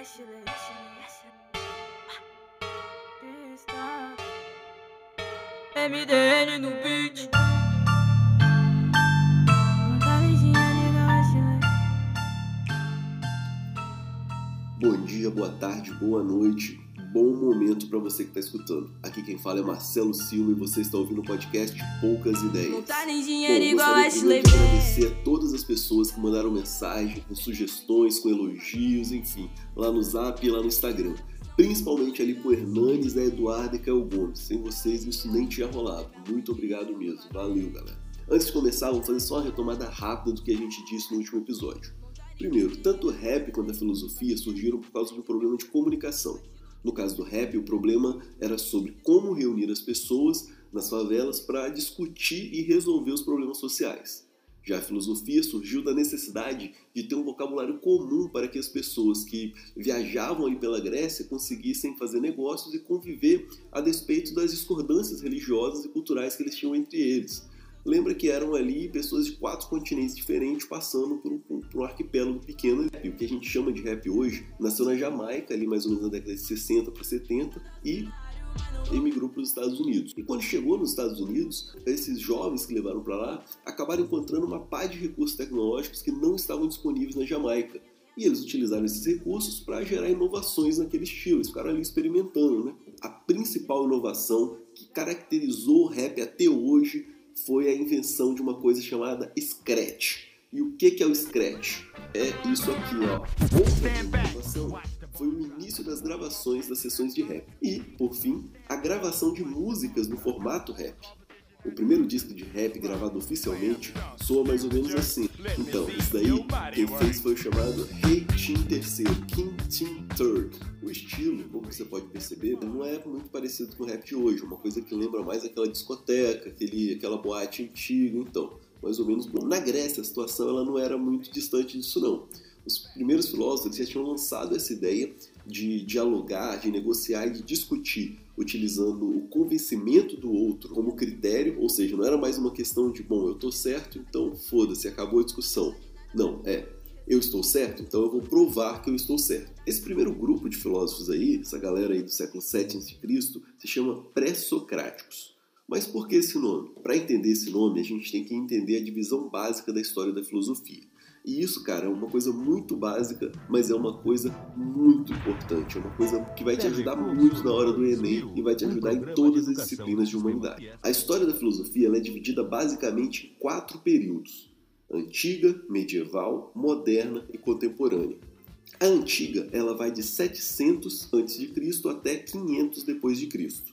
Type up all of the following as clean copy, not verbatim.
MDN no beat. Bom dia, boa tarde, boa noite, bom momento para você que está escutando. Aqui quem fala é Marcelo Silva e você está ouvindo o podcast Poucas Ideias. Não tá nem Bom, dinheiro igual gostaria a primeiro de agradecer a todas as pessoas que mandaram mensagem, com sugestões, com elogios, enfim, lá no Zap e lá no Instagram. Principalmente ali pro Hernanes, a Eduardo e Caio Gomes. Sem vocês isso nem tinha rolado. Muito obrigado mesmo. Valeu, galera. Antes de começar, vamos fazer só uma retomada rápida do que a gente disse no último episódio. Primeiro, tanto o rap quanto a filosofia surgiram por causa de um problema de comunicação. No caso do rap, o problema era sobre como reunir as pessoas nas favelas para discutir e resolver os problemas sociais. Já a filosofia surgiu da necessidade de ter um vocabulário comum para que as pessoas que viajavam ali pela Grécia conseguissem fazer negócios e conviver a despeito das discordâncias religiosas e culturais que eles tinham entre eles. Lembra que eram ali pessoas de 4 continentes diferentes passando por um arquipélago pequeno. E o que a gente chama de rap hoje nasceu na Jamaica, ali mais ou menos na década de 60 para 70, e emigrou para os Estados Unidos. E quando chegou nos Estados Unidos, esses jovens que levaram para lá acabaram encontrando uma pá de recursos tecnológicos que não estavam disponíveis na Jamaica. E eles utilizaram esses recursos para gerar inovações naquele estilo. Eles ficaram ali experimentando, né? A principal inovação que caracterizou o rap até hoje foi a invenção de uma coisa chamada scratch. E o que é o scratch? É isso aqui, ó. Outra inovação foi o início das gravações das sessões de rap. E, por fim, a gravação de músicas no formato rap. O primeiro disco de rap gravado oficialmente soa mais ou menos assim. Então, isso daí, quem fez foi o chamado Rei Tim III, King Tim III. O estilo, como você pode perceber, não é muito parecido com o rap de hoje. Uma coisa que lembra mais aquela discoteca, aquela boate antiga, então. Mais ou menos. Na Grécia, a situação ela não era muito distante disso, não. Os primeiros filósofos já tinham lançado essa ideia de dialogar, de negociar e de discutir, utilizando o convencimento do outro como critério, ou seja, não era mais uma questão de, bom, eu estou certo, então foda-se, acabou a discussão. Não, eu estou certo, então eu vou provar que eu estou certo. Esse primeiro grupo de filósofos aí, essa galera aí do século VII a.C., se chama pré-socráticos. Mas por que esse nome? Para entender esse nome, a gente tem que entender a divisão básica da história da filosofia. E isso, cara, é uma coisa muito básica, mas é uma coisa muito importante. É uma coisa que vai te ajudar muito na hora do Enem e vai te ajudar em todas as disciplinas de humanidade. A história da filosofia ela é dividida basicamente em 4 períodos: antiga, medieval, moderna e contemporânea. A antiga ela vai de 700 a.C. até 500 depois de Cristo.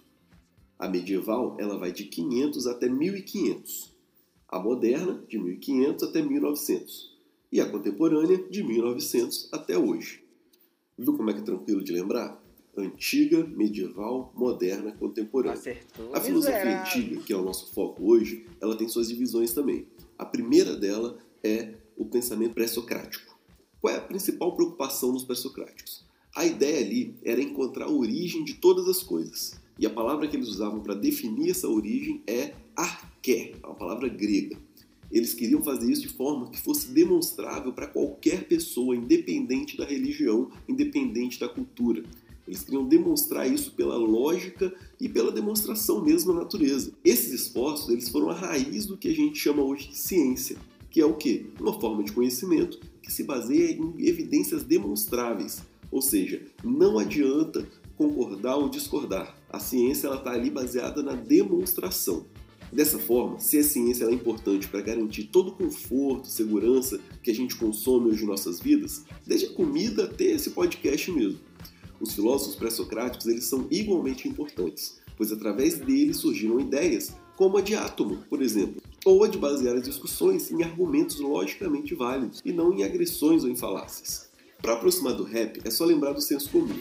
A medieval ela vai de 500 até 1500. A moderna, de 1500 até 1900. E a contemporânea, de 1900 até hoje. Viu como é que é tranquilo de lembrar? Antiga, medieval, moderna, contemporânea. Acertou, A filosofia antiga, que é o nosso foco hoje, ela tem suas divisões também. A primeira dela é o pensamento pré-socrático. Qual é a principal preocupação dos pré-socráticos? A ideia ali era encontrar a origem de todas as coisas. E a palavra que eles usavam para definir essa origem é arché, uma palavra grega. Eles queriam fazer isso de forma que fosse demonstrável para qualquer pessoa, independente da religião, independente da cultura. Eles queriam demonstrar isso pela lógica e pela demonstração mesmo da natureza. Esses esforços eles foram a raiz do que a gente chama hoje de ciência, que é o quê? Uma forma de conhecimento que se baseia em evidências demonstráveis. Ou seja, não adianta concordar ou discordar. A ciência está ali baseada na demonstração. Dessa forma, se a ciência é importante para garantir todo o conforto, segurança que a gente consome hoje em nossas vidas, desde a comida até esse podcast mesmo. Os filósofos pré-socráticos eles são igualmente importantes, pois através deles surgiram ideias como a de átomo, por exemplo, ou a de basear as discussões em argumentos logicamente válidos e não em agressões ou em falácias. Para aproximar do rap, é só lembrar do senso comum.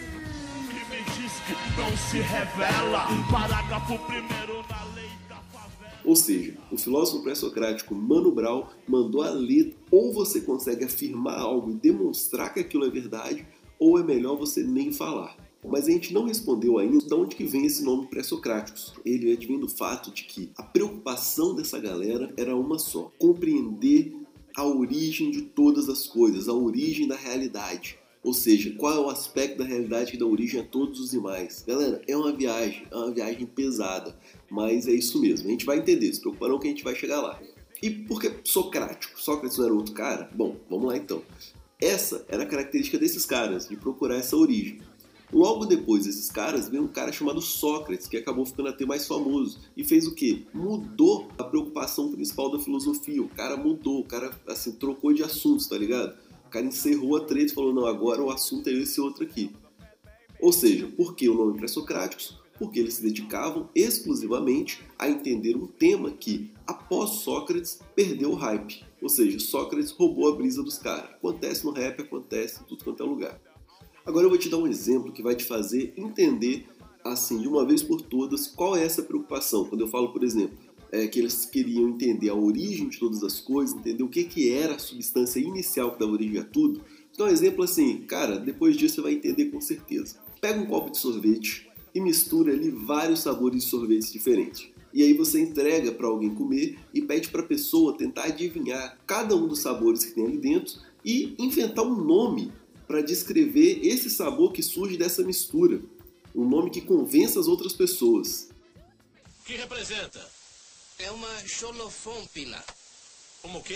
Não se revela, parágrafo 1º na lei da favela. Ou seja, o filósofo pré-socrático Mano Brown mandou a letra: ou você consegue afirmar algo e demonstrar que aquilo é verdade, ou é melhor você nem falar. Mas a gente não respondeu ainda de onde que vem esse nome pré-socráticos. Ele advém do fato de que a preocupação dessa galera era uma só: compreender a origem de todas as coisas, a origem da realidade. Ou seja, qual é o aspecto da realidade que dá origem a todos os demais? Galera, é uma viagem pesada, mas é isso mesmo. A gente vai entender, se preocupa não que a gente vai chegar lá. E por que socrático? Sócrates não era outro cara? Bom, vamos lá então. Essa era a característica desses caras, de procurar essa origem. Logo depois desses caras, veio um cara chamado Sócrates, que acabou ficando até mais famoso. E fez o quê? Mudou a preocupação principal da filosofia. O cara mudou, o cara assim, trocou de assuntos, tá ligado? O cara encerrou a treta e falou, não, agora o assunto é esse outro aqui. Ou seja, por que o nome pré-socráticos? Porque eles se dedicavam exclusivamente a entender um tema que, após Sócrates, perdeu o hype. Ou seja, Sócrates roubou a brisa dos caras. Acontece no rap, acontece em tudo quanto é lugar. Agora eu vou te dar um exemplo que vai te fazer entender, assim, de uma vez por todas, qual é essa preocupação. Quando eu falo, por exemplo, que eles queriam entender a origem de todas as coisas, entender o que era a substância inicial que dava origem a tudo. Vou dar um exemplo assim, cara, depois disso você vai entender com certeza. Pega um copo de sorvete e mistura ali vários sabores de sorvetes diferentes. E aí você entrega para alguém comer e pede para a pessoa tentar adivinhar cada um dos sabores que tem ali dentro e inventar um nome para descrever esse sabor que surge dessa mistura. Um nome que convença as outras pessoas. O que representa? É uma xolofômpila. Como o quê?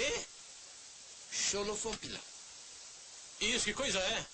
Xolofômpila. Isso, que coisa é?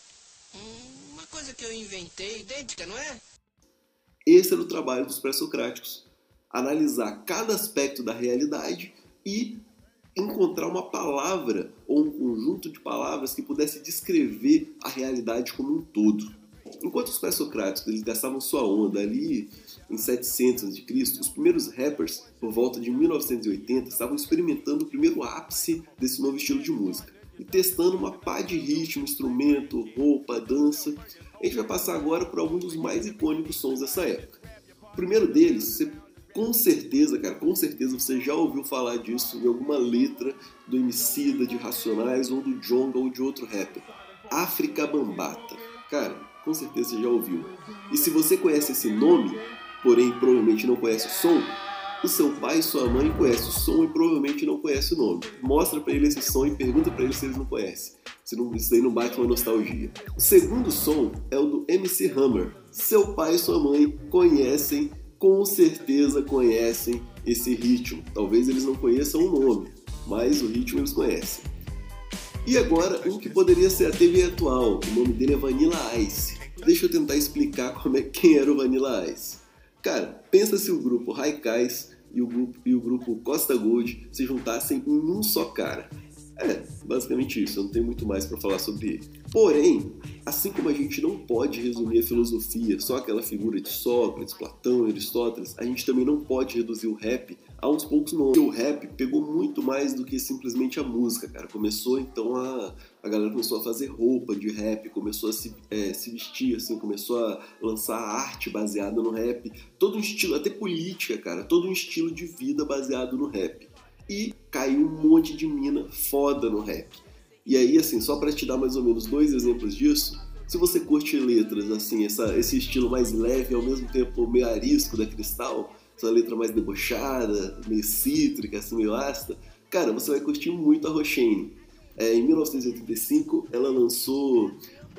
Uma coisa que eu inventei, idêntica, não é? Esse era o trabalho dos pré-socráticos. Analisar cada aspecto da realidade e encontrar uma palavra ou um conjunto de palavras que pudesse descrever a realidade como um todo. Enquanto os pré-socráticos eles gastavam sua onda ali em 700 a.C., os primeiros rappers, por volta de 1980, estavam experimentando o primeiro ápice desse novo estilo de música e testando uma pá de ritmo, instrumento, roupa, dança. A gente vai passar agora por alguns dos mais icônicos sons dessa época. O primeiro deles, você com certeza você já ouviu falar disso em alguma letra do Emicida, de Racionais, ou do Djonga, ou de outro rapper. África Bambata. Cara, com certeza você já ouviu. E se você conhece esse nome, porém provavelmente não conhece o som, o seu pai e sua mãe conhecem o som e provavelmente não conhecem o nome. Mostra pra ele esse som e pergunta pra ele se eles não conhecem. Isso daí não bate uma nostalgia. O segundo som é o do MC Hammer. Seu pai e sua mãe com certeza conhecem esse ritmo. Talvez eles não conheçam o nome, mas o ritmo eles conhecem. E agora, um que poderia ser a TV atual, o nome dele é Vanilla Ice. Deixa eu tentar explicar quem era o Vanilla Ice. Cara, pensa se o grupo Haikais e o grupo Costa Gold se juntassem em um só cara. Basicamente isso, eu não tenho muito mais para falar sobre ele. Porém, assim como a gente não pode resumir a filosofia só aquela figura de Sócrates, Platão, Aristóteles, a gente também não pode reduzir o rap a uns poucos nomes. O rap pegou muito mais do que simplesmente a música, cara. Começou então a galera começou a fazer roupa de rap, começou a se vestir, assim, começou a lançar arte baseada no rap. Todo um estilo, até política, cara, todo um estilo de vida baseado no rap. E caiu um monte de mina foda no rap. E aí, assim, só pra te dar mais ou menos 2 exemplos disso, se você curte letras, assim, esse estilo mais leve, ao mesmo tempo meio arisco da Cristal, essa letra mais debochada, meio cítrica, assim, meio ácida, cara, você vai curtir muito a Roxane. Em 1985, ela lançou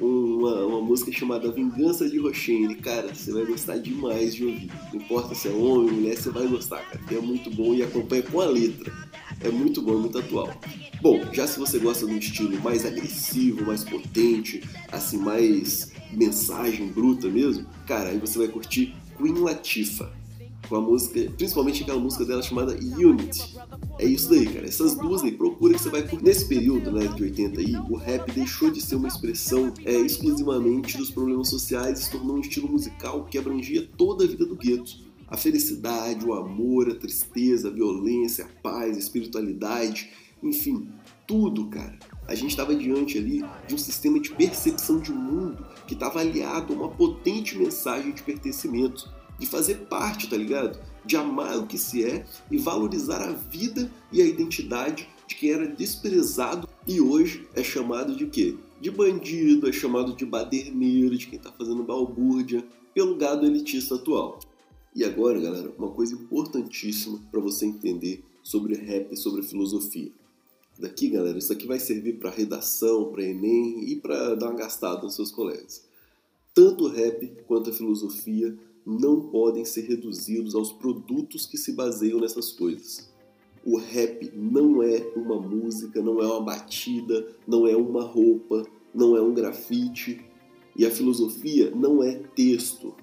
uma música chamada Vingança de Roxane. Cara, você vai gostar demais de ouvir. Não importa se é homem ou mulher, você vai gostar, cara. É muito bom e acompanha com a letra. É muito bom, muito atual. Bom, já se você gosta de um estilo mais agressivo, mais potente, assim, mais mensagem bruta mesmo, cara, aí você vai curtir Queen Latifah, com a música, principalmente aquela música dela chamada Unity. É isso daí, cara. Essas duas aí, procura que você vai curtir. Nesse período, né, de 80 aí, o rap deixou de ser uma expressão exclusivamente dos problemas sociais e se tornou um estilo musical que abrangia toda a vida do gueto. A felicidade, o amor, a tristeza, a violência, a paz, a espiritualidade, enfim, tudo, cara. A gente estava diante ali de um sistema de percepção de mundo que estava aliado a uma potente mensagem de pertencimento, de fazer parte, tá ligado? De amar o que se é e valorizar a vida e a identidade de quem era desprezado e hoje é chamado de quê? De bandido, é chamado de baderneiro, de quem tá fazendo balbúrdia, pelo gado elitista atual. E agora, galera, uma coisa importantíssima para você entender sobre rap e sobre filosofia. daqui, galera, isso aqui vai servir para redação, para Enem e para dar uma gastada nos seus colegas. Tanto o rap quanto a filosofia não podem ser reduzidos aos produtos que se baseiam nessas coisas. O rap não é uma música, não é uma batida, não é uma roupa, não é um grafite. E a filosofia não é texto.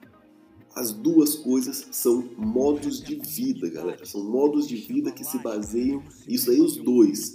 As duas coisas são modos de vida, galera. São modos de vida que se baseiam, isso aí os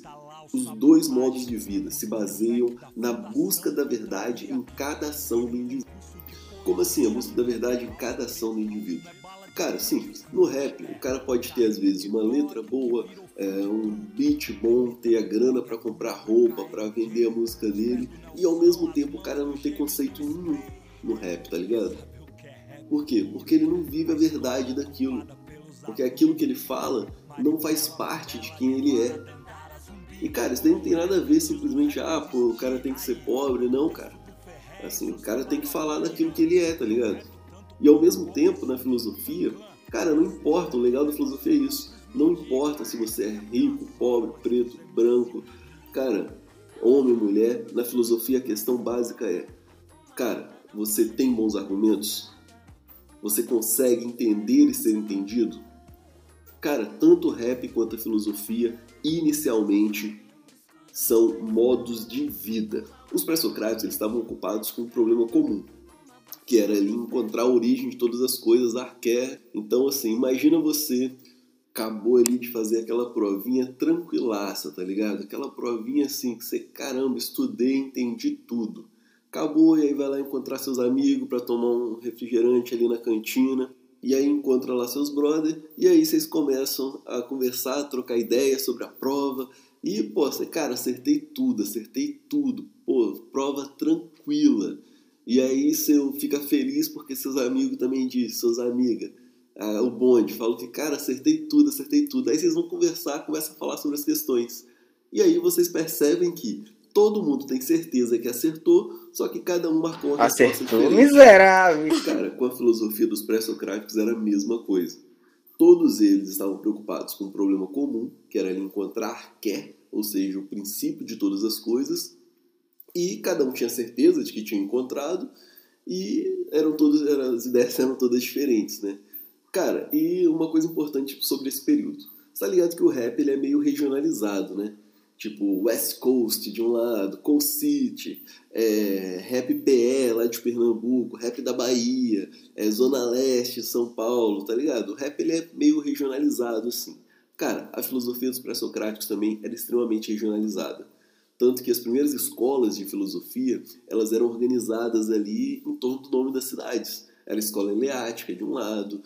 dois modos de vida se baseiam na busca da verdade em cada ação do indivíduo. Como assim a busca da verdade em cada ação do indivíduo? Cara, simples. No rap, o cara pode ter, às vezes, uma letra boa, um beat bom, ter a grana pra comprar roupa, pra vender a música dele, e ao mesmo tempo o cara não ter conceito nenhum no rap, tá ligado? Por quê? Porque ele não vive a verdade daquilo. Porque aquilo que ele fala não faz parte de quem ele é. E, cara, isso daí não tem nada a ver simplesmente, o cara tem que ser pobre. Não, cara. Assim, o cara tem que falar daquilo que ele é, tá ligado? E ao mesmo tempo, na filosofia, cara, não importa, o legal da filosofia é isso. Não importa se você é rico, pobre, preto, branco, cara, homem, mulher. Na filosofia a questão básica é, cara, você tem bons argumentos? Você consegue entender e ser entendido? Cara, tanto o rap quanto a filosofia, inicialmente, são modos de vida. Os pré-socráticos eles estavam ocupados com um problema comum, que era ali encontrar a origem de todas as coisas, a arqué. Então, assim, imagina você acabou ali de fazer aquela provinha tranquilaça, tá ligado? Aquela provinha assim que você, caramba, estudei, entendi tudo. Acabou e aí vai lá encontrar seus amigos pra tomar um refrigerante ali na cantina. E aí encontra lá seus brothers e aí vocês começam a conversar, a trocar ideias sobre a prova. E, pô, você, cara, acertei tudo. Pô, prova tranquila. E aí você fica feliz porque seus amigos também dizem, suas amigas, o bonde, falam que, cara, acertei tudo. Aí vocês vão conversar, começam a falar sobre as questões. E aí vocês percebem que todo mundo tem certeza que acertou, só que cada um marcou uma resposta diferente. Acertou, miserável! Cara, com a filosofia dos pré-socráticos era a mesma coisa. Todos eles estavam preocupados com um problema comum, que era encontrar arqué, ou seja, o princípio de todas as coisas, e cada um tinha certeza de que tinha encontrado, e as ideias eram todas diferentes, né? Cara, e uma coisa importante sobre esse período. Você tá ligado que o rap ele é meio regionalizado, né? Tipo, West Coast de um lado, Coast City, rap PE lá de Pernambuco, rap da Bahia, Zona Leste, São Paulo, tá ligado? O rap ele é meio regionalizado, assim. Cara, a filosofia dos pré-socráticos também era extremamente regionalizada. Tanto que as primeiras escolas de filosofia, elas eram organizadas ali em torno do nome das cidades. Era a escola eleática de um lado,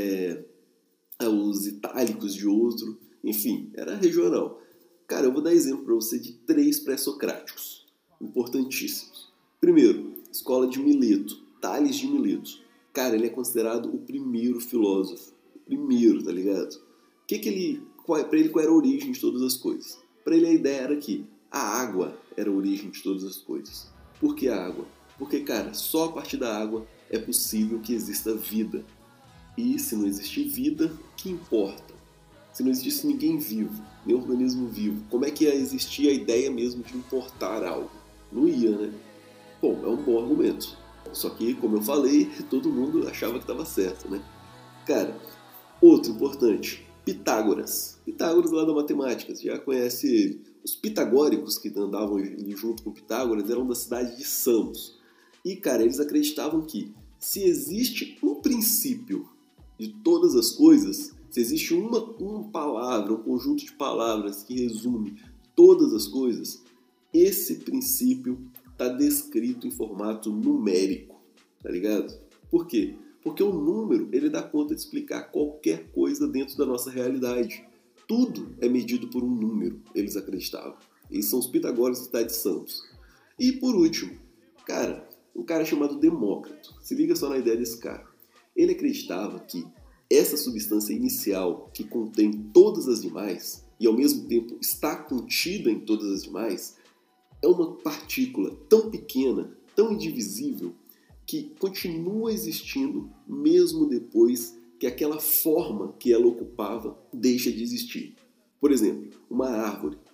os itálicos de outro, enfim, era regional. Cara, eu vou dar exemplo para você de 3 pré-socráticos, importantíssimos. Primeiro, escola de Mileto, Tales de Mileto. Cara, ele é considerado o primeiro filósofo. O primeiro, tá ligado? Para ele, qual era a origem de todas as coisas? Para ele, a ideia era que a água era a origem de todas as coisas. Por que a água? Porque, cara, só a partir da água é possível que exista vida. E se não existe vida, o que importa? Se não existisse ninguém vivo, nem organismo vivo, como é que ia existir a ideia mesmo de importar algo? Não ia, né? Bom, é um bom argumento. Só que, como eu falei, todo mundo achava que estava certo, né? Cara, outro importante, Pitágoras. Pitágoras lá da matemática, você já conhece ele. Os pitagóricos que andavam junto com Pitágoras eram da cidade de Samos. E, cara, eles acreditavam que se existe um princípio de todas as coisas, se existe uma palavra, um conjunto de palavras que resume todas as coisas, esse princípio está descrito em formato numérico, tá ligado? Por quê? Porque o número, ele dá conta de explicar qualquer coisa dentro da nossa realidade. Tudo é medido por um número, eles acreditavam. Eles são os pitagóricos da cidade de Samos. E por último, cara, um cara chamado Demócrito. Se liga só na ideia desse cara. Ele acreditava que essa substância inicial que contém todas as demais e ao mesmo tempo está contida em todas as demais é uma partícula tão pequena, tão indivisível, que continua existindo mesmo depois que aquela forma que ela ocupava deixa de existir. Por exemplo, uma árvore.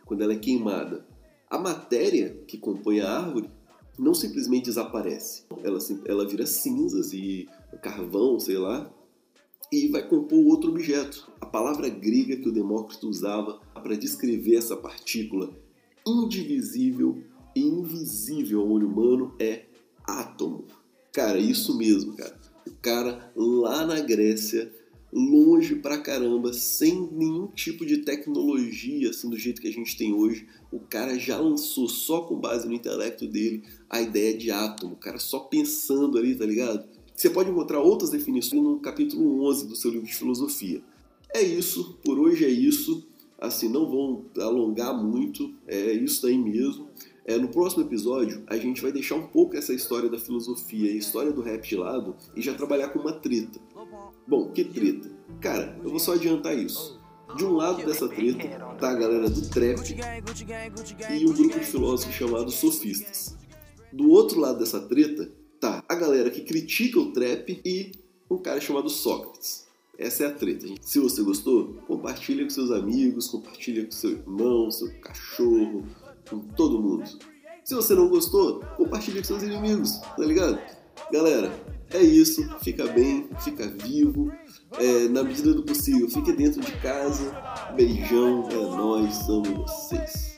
quando ela é queimada, a matéria que compõe a árvore não simplesmente desaparece. Ela vira cinzas e carvão, sei lá, e vai compor outro objeto. A palavra grega que o Demócrito usava para descrever essa partícula indivisível e invisível ao olho humano é átomo. Cara, isso mesmo, cara. O cara lá na Grécia, longe pra caramba, sem nenhum tipo de tecnologia, assim, do jeito que a gente tem hoje, o cara já lançou, só com base no intelecto dele, a ideia de átomo. O cara só pensando ali, tá ligado? Você pode encontrar outras definições no capítulo 11 do seu livro de filosofia. É isso, por hoje é isso. Assim, não vão alongar muito, é isso daí mesmo. No próximo episódio, a gente vai deixar um pouco essa história da filosofia e a história do rap de lado e já trabalhar com uma treta. Bom, que treta? Cara, eu vou só adiantar isso. De um lado dessa treta tá a galera do trap e um grupo de filósofos chamados sofistas. Do outro lado dessa treta tá a galera que critica o trap e um cara chamado Sócrates. Essa é a treta, gente. Se você gostou, compartilha com seus amigos, compartilha com seu irmão, seu cachorro, com todo mundo. Se você não gostou, compartilha com seus inimigos, tá ligado? Galera, é isso. Fica bem, fica vivo. Na medida do possível, fique dentro de casa. Beijão, é nóis, amo vocês.